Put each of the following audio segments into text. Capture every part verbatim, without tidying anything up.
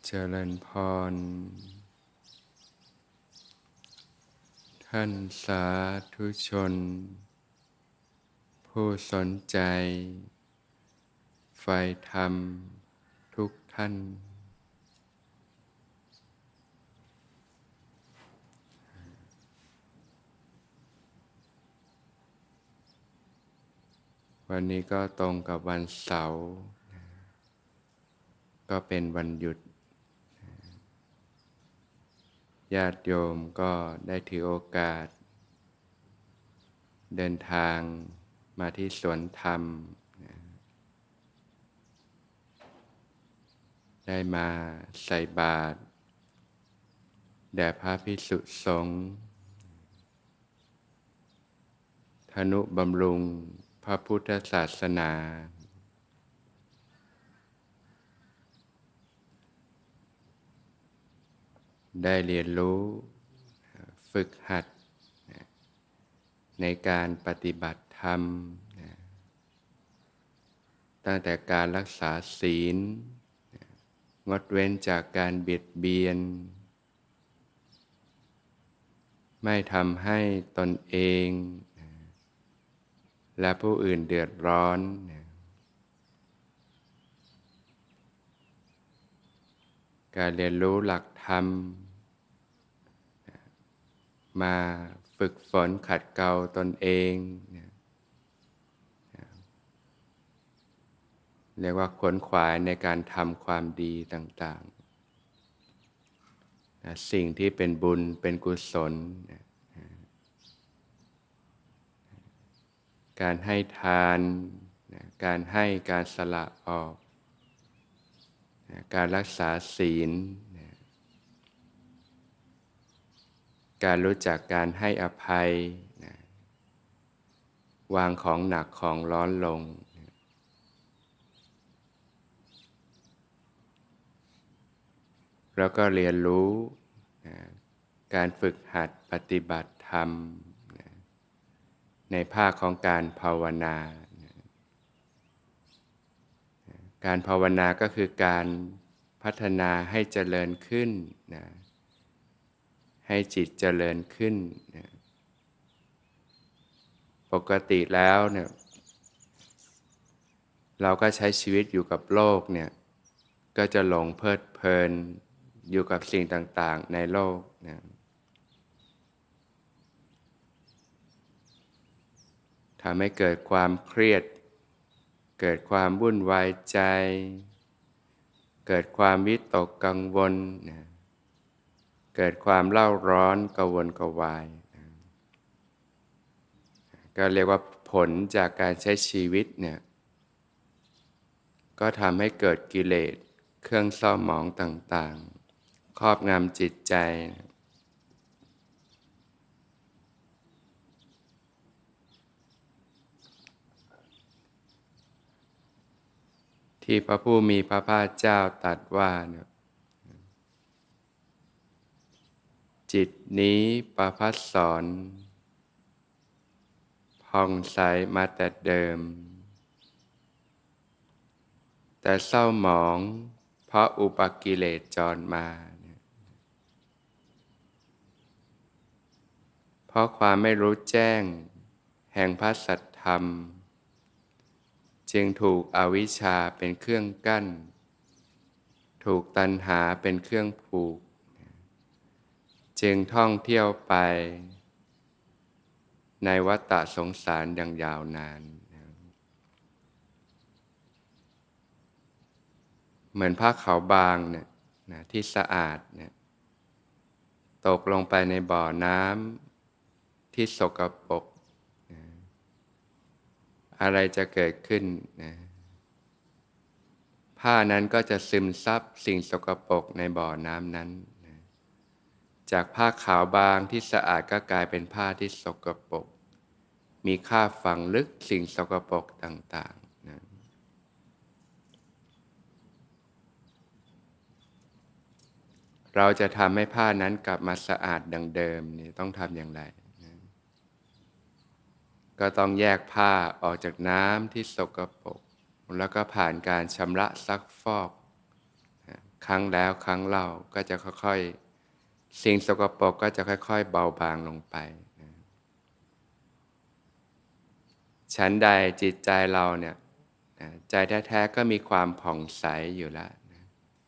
เจริญพรท่านสาธุชนผู้สนใจใฝ่ธรรมทุกท่านวันนี้ก็ตรงกับวันเสาร์ก็เป็นวันหยุดญาติโยมก็ได้ถือโอกาสเดินทางมาที่สวนธรรมได้มาใส่บาตรแด่พระภิกษุสงฆ์ทนุบำรุงพระพุทธศาสนาได้เรียนรู้ฝึกหัดในการปฏิบัติธรรมตั้งแต่การรักษาศีลงดเว้นจากการเบียดเบียนไม่ทำให้ตนเองและผู้อื่นเดือดร้อนการเรียนรู้หลักธรรมมาฝึกฝนขัดเกลาตนเองเรียกว่าขวนขวายในการทำความดีต่างๆสิ่งที่เป็นบุญเป็นกุศลการให้ทานการให้การสละออกการรักษาศีลการรู้จักการให้อภัยวางของหนักของร้อนลงแล้วก็เรียนรู้การฝึกหัดปฏิบัติธรรมในภาคของการภาวนาการภาวนาก็คือการพัฒนาให้เจริญขึ้นนะให้จิตเจริญขึ้นนะปกติแล้วเนี่ยเราก็ใช้ชีวิตอยู่กับโลกเนี่ยก็จะหลงเพลิดเพลินอยู่กับสิ่งต่างๆในโลกนะทำให้เกิดความเครียดเกิดความวุ่นวายใจเกิดความวิตกกังวลนะเกิดความเล่าร้อนกระวนกระวายนะก็เรียกว่าผลจากการใช้ชีวิตเนี่ยก็ทำให้เกิดกิเลสเครื่องเศร้าหมองต่างๆครอบงำจิตใจที่พระผู้มีพระภาคเจ้าตรัสว่าเนี่ยจิตนี้ประภัสสรผ่องใสมาแต่เดิมแต่เศร้าหมองเพราะอุปกิเลสจรมาเพราะความไม่รู้แจ้งแห่งพระสัทธรรมจึงถูกอวิชชาเป็นเครื่องกั้นถูกตัณหาเป็นเครื่องผูกจึงท่องเที่ยวไปในวัฏฏะสงสารอย่างยาวนานเหมือนผ้าขาวบางเนี่ยนะที่สะอาดเนี่ยตกลงไปในบ่อน้ำที่สกปรกนะอะไรจะเกิดขึ้นนะผ้านั้นก็จะซึมซับสิ่งสกปรกในบ่อน้ำนั้นนะจากผ้าขาวบางที่สะอาดก็กลายเป็นผ้าที่สกปรกมีคราบฝังลึกสิ่งสกปรกต่างๆนะเราจะทำให้ผ้านั้นกลับมาสะอาดดังเดิมนี่ต้องทำอย่างไรนะก็ต้องแยกผ้าออกจากน้ำที่สกปรกแล้วก็ผ่านการชำระซักฟอกนะขัรั้งแล้วครั้งเล่าก็จะค่อยๆสิ่งสกปรกก็จะค่อยๆเบาบางลงไปนะฉันใดจิตใจเราเนี่ยนะใจแท้ๆก็มีความผ่องใสอยู่แล้วนะ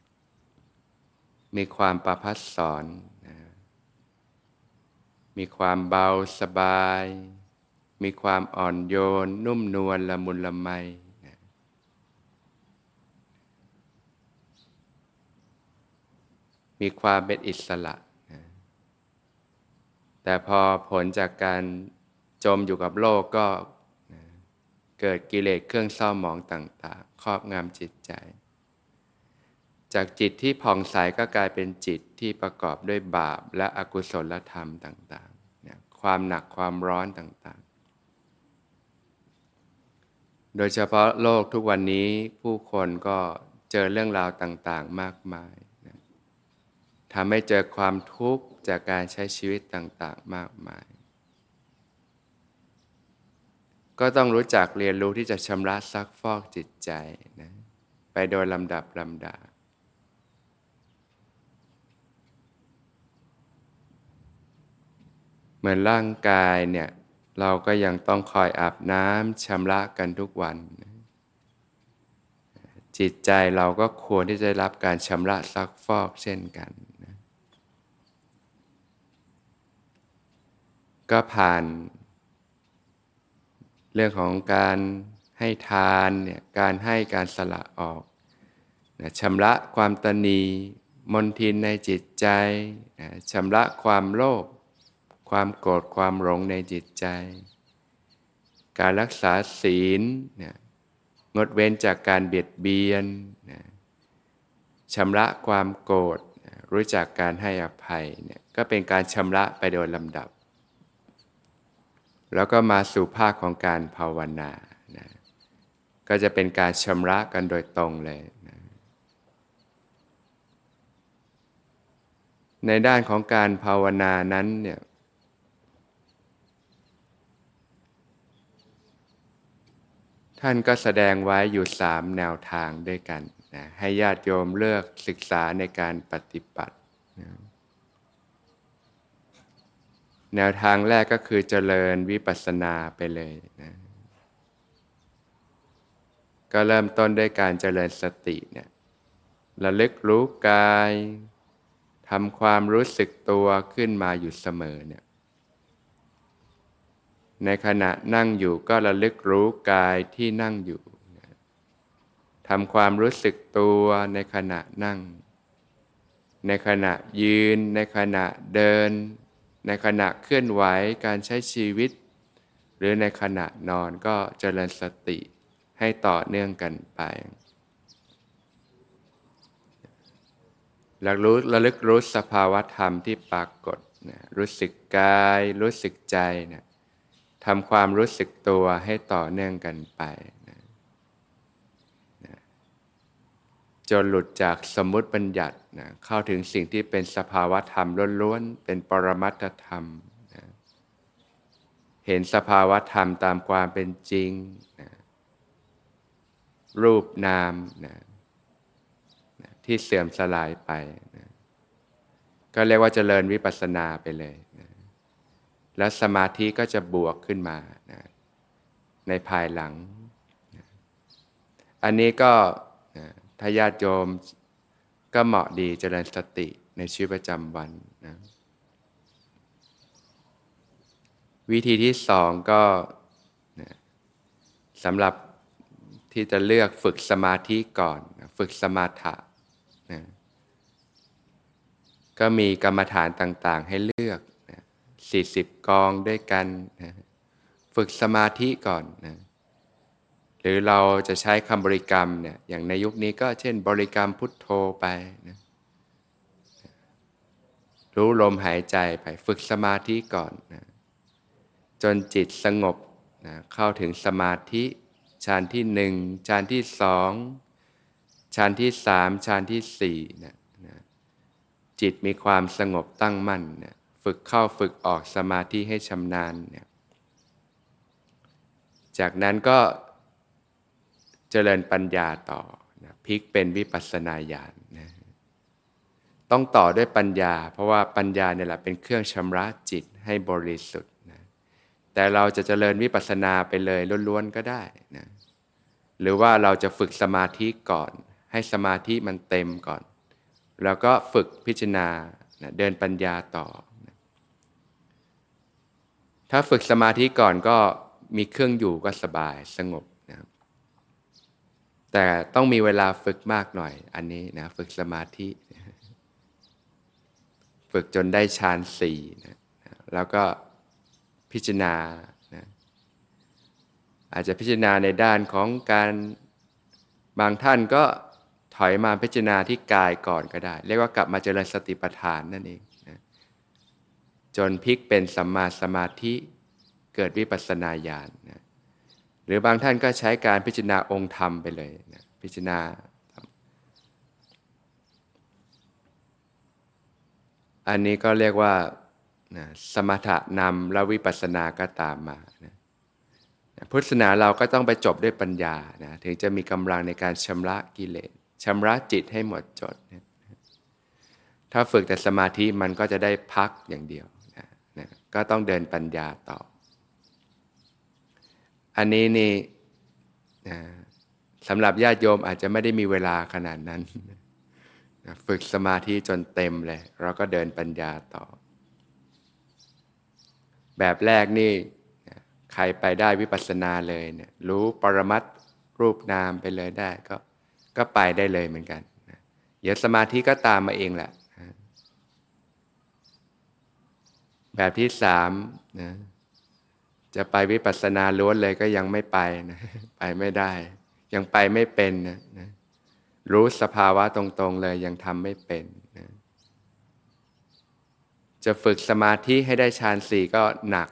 มีความประภัสสรนะมีความเบาสบายมีความอ่อนโยนนุ่มนวลละมุนละไมนะมีความเป็นอิสระนะแต่พอผลจากการจมอยู่กับโลกก็นะเกิดกิเลสเครื่องเศร้าหมองต่างๆครอบงำจิตใจจากจิตที่ผ่องใสก็กลายเป็นจิตที่ประกอบด้วยบาปและอกุศลธรรมต่างๆนะความหนักความร้อนต่างๆโดยเฉพาะโลกทุกวันนี้ผู้คนก็เจอเรื่องราวต่างๆมากมายนะทำให้เจอความทุกข์จากการใช้ชีวิตต่างๆมากมายก็ต้องรู้จักเรียนรู้ที่จะชำระซักฟอกจิตใจนะไปโดยลำดับลำดาเหมือนร่างกายเนี่ยเราก็ยังต้องคอยอาบน้ำชำระกันทุกวันนะจิตใจเราก็ควรที่จะได้รับการชำระซักฟอกเช่นกันนะก็ผ่านเรื่องของการให้ทานเนี่ยการให้การสละออกนะชำระความตณีมลทินในจิตใจนะชำระความโลภความโกรธความหลงในจิตใจการรักษาศีลนะงดเว้นจากการเบียดเบียนนะชำระความโกรธนะรู้จักการให้อภัยเนี่ยก็เป็นการชำระไปโดยลำดับแล้วก็มาสู่ภาคของการภาวนานะก็จะเป็นการชำระกันโดยตรงเลยนะในด้านของการภาวนานั้นเนี่ยท่านก็แสดงไว้อยู่สามแนวทางด้วยกันนะให้ญาติโยมเลือกศึกษาในการปฏิบัตินะแนวทางแรกก็คือเจริญวิปัสสนาไปเลยนะก็เริ่มต้นด้วยการเจริญสติเนี่ยระลึกรู้กายทำความรู้สึกตัวขึ้นมาอยู่เสมอเนี่ยในขณะนั่งอยู่ก็ระลึกรู้กายที่นั่งอยู่ทำความรู้สึกตัวในขณะนั่งในขณะยืนในขณะเดินในขณะเคลื่อนไหวการใช้ชีวิตหรือในขณะนอนก็เจริญสติให้ต่อเนื่องกันไประลึกระลึกรู้สภาวะธรรมที่ปรากฏนะรู้สึกกายรู้สึกใจนะทำความรู้สึกตัวให้ต่อเนื่องกันไปนะนะจนหลุดจากสมมุติบัญญัตินะเข้าถึงสิ่งที่เป็นสภาวะธรรมล้วนๆเป็นปรมัตถธรรมนะเห็นสภาวะธรรมตามความเป็นจริงนะรูปนามนะนะที่เสื่อมสลายไปนะก็เรียกว่าเจริญวิปัสสนาไปเลยนะแล้วสมาธิก็จะบวกขึ้นมานะในภายหลังนะอันนี้ก็นะถ้าญาติโยมก็เหมาะดีเจริญสติในชีวิตประจำวันนะวิธีที่สองก็นะสำหรับที่จะเลือกฝึกสมาธิก่อนนะฝึกสมาถะนะก็มีกรรมฐานต่างๆให้เลือกนะสี่สิบกองด้วยกันนะฝึกสมาธิก่อนนะหรือเราจะใช้คำบริกรรมเนี่ยอย่างในยุคนี้ก็เช่นบริกรรมพุทโธไปนะรู้ลมหายใจไปฝึกสมาธิก่อนนะจนจิตสงบนะเข้าถึงสมาธิฌานที่หนึ่งฌานที่สองฌานที่สามฌานที่สี่นะนะจิตมีความสงบตั้งมั่นนะฝึกเข้าฝึกออกสมาธิให้ชำนาญเนี่ยจากนั้นก็เจริญปัญญาต่อนะพลิกเป็นวิปัสสนาญาณนะต้องต่อด้วยปัญญาเพราะว่าปัญญาเนี่ยแหละเป็นเครื่องชำระจิตให้บริสุทธิ์นะแต่เราจะเจริญวิปัสสนาไปเลยล้วนๆก็ได้นะหรือว่าเราจะฝึกสมาธิก่อนให้สมาธิมันเต็มก่อนแล้วก็ฝึกพิจารณานะเดินปัญญาต่อนะถ้าฝึกสมาธิก่อนก็มีเครื่องอยู่ก็สบายสงบนะแต่ต้องมีเวลาฝึกมากหน่อยอันนี้นะฝึกสมาธิฝึกจนได้ฌานสี่นะแล้วก็พิจารณานะอาจจะพิจารณาในด้านของการบางท่านก็ถอยมาพิจารณาที่กายก่อนก็ได้เรียกว่ากลับมาเจริญสติปัฏฐานนั่นเองนะจนพลิกเป็นสัมมาสมาธิเกิดวิปัสสนาญาณนะหรือบางท่านก็ใช้การพิจารณาองค์ธรรมไปเลยนะพิจารณาอันนี้ก็เรียกว่านะสมถะนำแล้ววิปัสสนาก็ตามมานะพุทธศาสนาเราก็ต้องไปจบด้วยปัญญานะถึงจะมีกำลังในการชำระกิเลสชำระจิตให้หมดจดนะถ้าฝึกแต่สมาธิมันก็จะได้พักอย่างเดียวนะนะก็ต้องเดินปัญญาต่ออันนี้นี่นะสำหรับญาติโยมอาจจะไม่ได้มีเวลาขนาดนั้นฝึกสมาธิจนเต็มเลยเราก็เดินปัญญาต่อแบบแรกนี่ใครไปได้วิปัสสนาเลยเนี่ยรู้ปรมัตถ์รูปนามไปเลยได้ก็ก็ไปได้เลยเหมือนกันเดี๋ยวสมาธิก็ตามมาเองแหละแบบที่สามนะจะไปวิปัสสนาล้วนเลยก็ยังไม่ไปนะไปไม่ได้ยังไปไม่เป็นนะนะรู้สภาวะตรงๆเลยยังทำไม่เป็นนะจะฝึกสมาธิให้ได้ฌานสี่ก็หนัก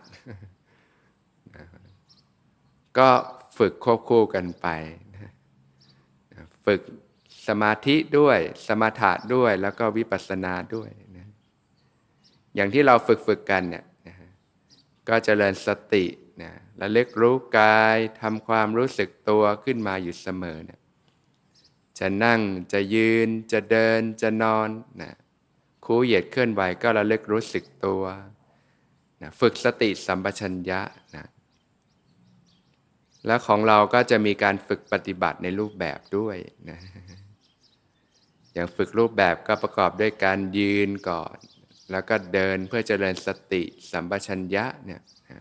ก็ฝึกควบคู่กันไปนะฝึกสมาธิด้วยสมถะด้วยแล้วก็วิปัสสนาด้วยนะอย่างที่เราฝึกฝึกกันเนี่ยนะก็เจริญสตินะระลึกรู้กายทำความรู้สึกตัวขึ้นมาอยู่เสมอเนี่ยจะนั่งจะยืนจะเดินจะนอนนะคู่เหยียดเคลื่อนไหวก็ระลึกรู้สึกตัวนะฝึกสติสัมปชัญญะนะแล้วของเราก็จะมีการฝึกปฏิบัติในรูปแบบด้วยนะอย่างฝึกรูปแบบก็ประกอบด้วยการยืนก่อนแล้วก็เดินเพื่อเจริญสติสัมปชัญญะเนี่ยนะ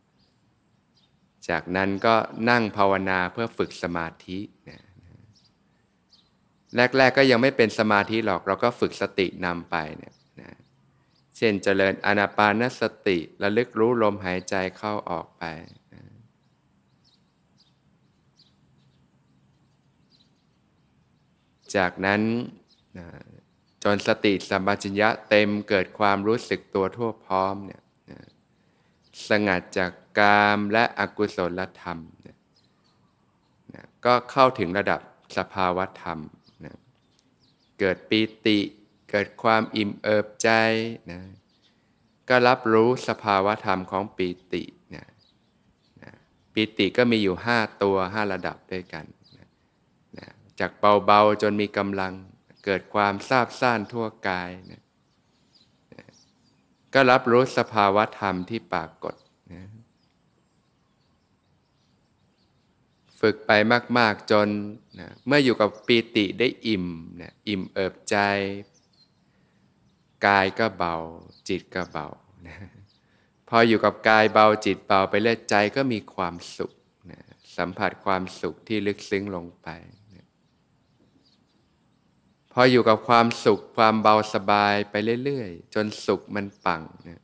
จากนั้นก็นั่งภาวนาเพื่อฝึกสมาธินะแรกๆก็ยังไม่เป็นสมาธิหรอกเราก็ฝึกสตินำไปเนี่ยนะเช่นเจริญอานาปานสติระลึกรู้ลมหายใจเข้าออกไปนะจากนั้นนะจนสติสัมปชัญญะเต็มเกิดความรู้สึกตัวทั่วพร้อมเนี่ยนะสงัดจากกามและอกุศลธรรมเนี่ยนะก็เข้าถึงระดับสภาวธรรมนะเกิดปีติเกิดความอิ่มเอิบใจนะก็รับรู้สภาวธรรมของปีตินะนะปีติก็มีอยู่ห้าตัวห้าระดับด้วยกันนะนะจากเบาๆจนมีกำลังเกิดความซาบซ่านทั่วกายนะนะก็รับรู้สภาวธรรมที่ปรากฏนะฝึกไปมากๆจนนะเมื่ออยู่กับปีติได้อิ่มนะอิ่มเอิบใจกายก็เบาจิตก็เบานะพออยู่กับกายเบาจิตเบาไปเรื่อยใจก็มีความสุขนะสัมผัสความสุขที่ลึกซึ้งลงไปนะพออยู่กับความสุขความเบาสบายไปเรื่อยๆจนสุขมันปังนะ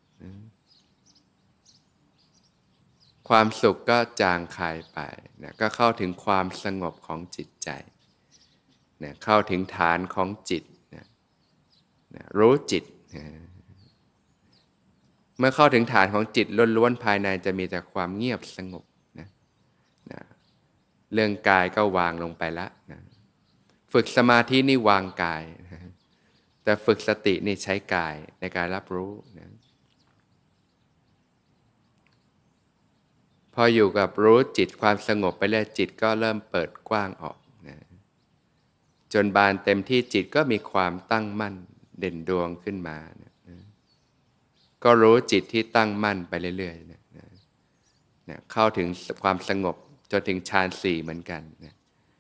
ความสุขก็จางคายไปนะก็เข้าถึงความสงบของจิตใจนะเข้าถึงฐานของจิตนะนะรู้จิตนะเมื่อเข้าถึงฐานของจิตล้วนๆภายในจะมีแต่ความเงียบสงบนะนะเรื่องกายก็วางลงไปแล้วนะฝึกสมาธินี่วางกายนะแต่ฝึกสตินี่ใช้กายในการรับรู้นะพออยู่กับรู้จิตความสงบไปเรื่อยจิตก็เริ่มเปิดกว้างออกนะจนบานเต็มที่จิตก็มีความตั้งมั่นเด่นดวงขึ้นมานะก็รู้จิตที่ตั้งมั่นไปเรื่อยๆนะนะเข้าถึงความสงบจนถึงฌานสี่เหมือนกันนะ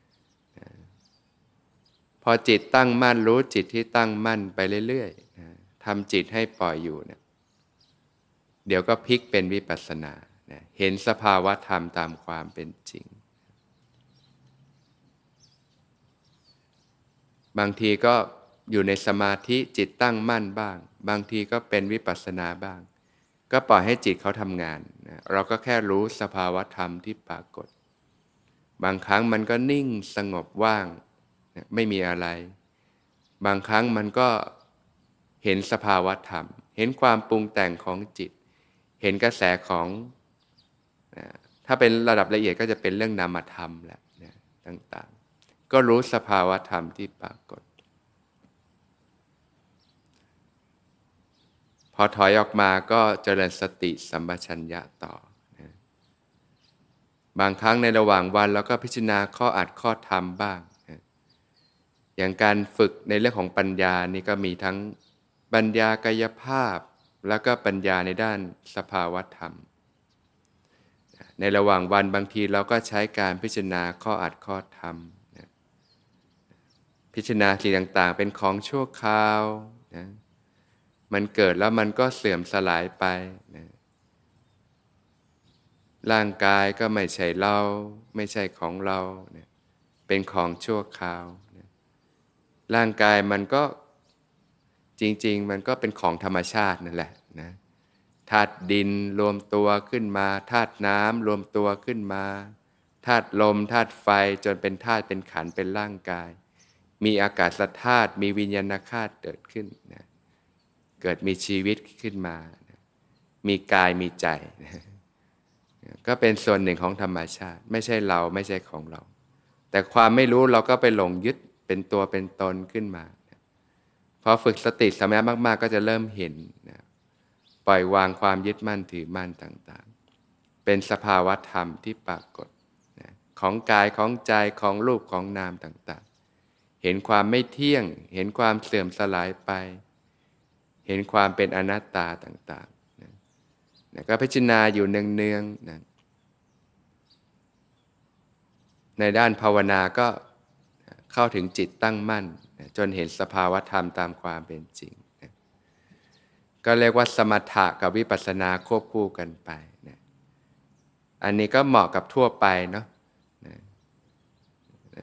พอจิตตั้งมั่นรู้จิตที่ตั้งมั่นไปเรื่อยๆนะทำจิตให้ปล่อยอยู่นะเดี๋ยวก็พลิกเป็นวิปัสสนานะเห็นสภาวะธรรมตามความเป็นจริงบางทีก็อยู่ในสมาธิจิตตั้งมั่นบ้างบางทีก็เป็นวิปัสสนาบ้างก็ปล่อยให้จิตเขาทำงานนะเราก็แค่รู้สภาวะธรรมที่ปรากฏบางครั้งมันก็นิ่งสงบว่างนะไม่มีอะไรบางครั้งมันก็เห็นสภาวะธรรมเห็นความปรุงแต่งของจิตเห็นกระแสของนะถ้าเป็นระดับละเอียดก็จะเป็นเรื่องนามธรรมแหละนะต่างๆก็รู้สภาวะธรรมที่ปรากฏพอถอยออกมาก็เจริญสติสัมปชัญญะต่อนะบางครั้งในระหว่างวันเราก็พิจารณาข้ออัดข้อธรรมบ้างนะอย่างการฝึกในเรื่องของปัญญานี่ก็มีทั้งปัญญากายภาพแล้วก็ปัญญาในด้านสภาวธรรมในระหว่างวันบางทีเราก็ใช้การพิจารณาข้ออัดข้อธรรมนะพิจารณาสิ่งต่างๆเป็นของชั่วคราวนะมันเกิดแล้วมันก็เสื่อมสลายไปนะร่างกายก็ไม่ใช่เราไม่ใช่ของเรานะเป็นของชั่วคราวนะร่างกายมันก็จริงๆมันก็เป็นของธรรมชาตินั่นแหละนะธาตุดินรวมตัวขึ้นมาธาตุน้ำรวมตัวขึ้นมาธาตุลมธาตุไฟจนเป็นธาตุเป็นขันธ์เป็นร่างกายมีอากาศธาตุมีวิญญาณธาตุเกิดขึ้นนะเกิดมีชีวิตขึ้นมานะมีกายมีใจนะก็เป็นส่วนหนึ่งของธรรมชาติไม่ใช่เราไม่ใช่ของเราแต่ความไม่รู้เราก็ไปหลงยึดเป็นตัวเป็นตนขึ้นมานะพอฝึกสติสมาธิมากๆก็จะเริ่มเห็นนะปล่อยวางความยึดมั่นถือมั่นต่างๆเป็นสภาวะธรรมที่ปรากฏนะของกายของใจของรูปของนามต่างๆเห็นความไม่เที่ยงเห็นความเสื่อมสลายไปเห็นความเป็นอนัตตาต่างๆนะนะก็พิจารณาอยู่เนืองๆนะในด้านภาวนาก็เข้าถึงจิตตั้งมั่นนะจนเห็นสภาวะธรรมตามความเป็นจริงนะก็เรียกว่าสมถะกับวิปัสสนาควบคู่กันไปนะอันนี้ก็เหมาะกับทั่วไปเนาะนะนะ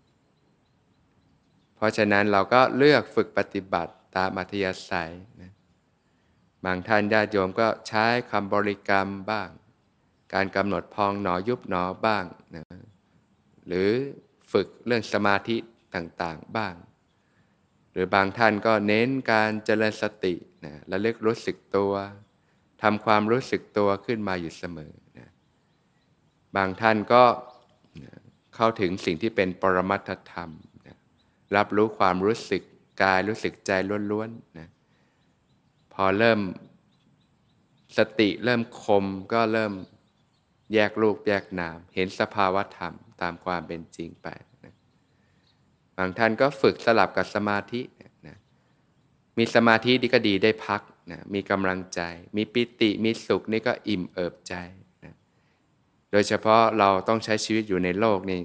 เพราะฉะนั้นเราก็เลือกฝึกปฏิบัติตามอัธยาศัยนะบางท่านญาติโยมก็ใช้คำบริกรรมบ้างการกำหนดพองหนอยุบหนอบ้างนะหรือฝึกเรื่องสมาธิต่างๆบ้างหรือบางท่านก็เน้นการเจริญสตินะระลึกรู้สึกตัวทำความรู้สึกตัวขึ้นมาอยู่เสมอนะบางท่านก็เข้าถึงสิ่งที่เป็นปรมัตถธรรมนะรับรู้ความรู้สึกกายรู้สึกใจล้วนๆนะพอเริ่มสติเริ่มคมก็เริ่มแยกรูปแยกนามเห็นสภาวะธรรมตามความเป็นจริงไปนะบางท่านก็ฝึกสลับกับสมาธินะมีสมาธินี่ก็ดีได้พักนะมีกำลังใจมีปิติมีสุขนี่ก็อิ่มเอิบใจนะโดยเฉพาะเราต้องใช้ชีวิตอยู่ในโลกนี่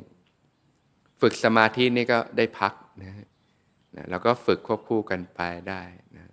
ฝึกสมาธินี่ก็ได้พักนะนะแล้วก็ฝึกควบคู่กันไปได้นะ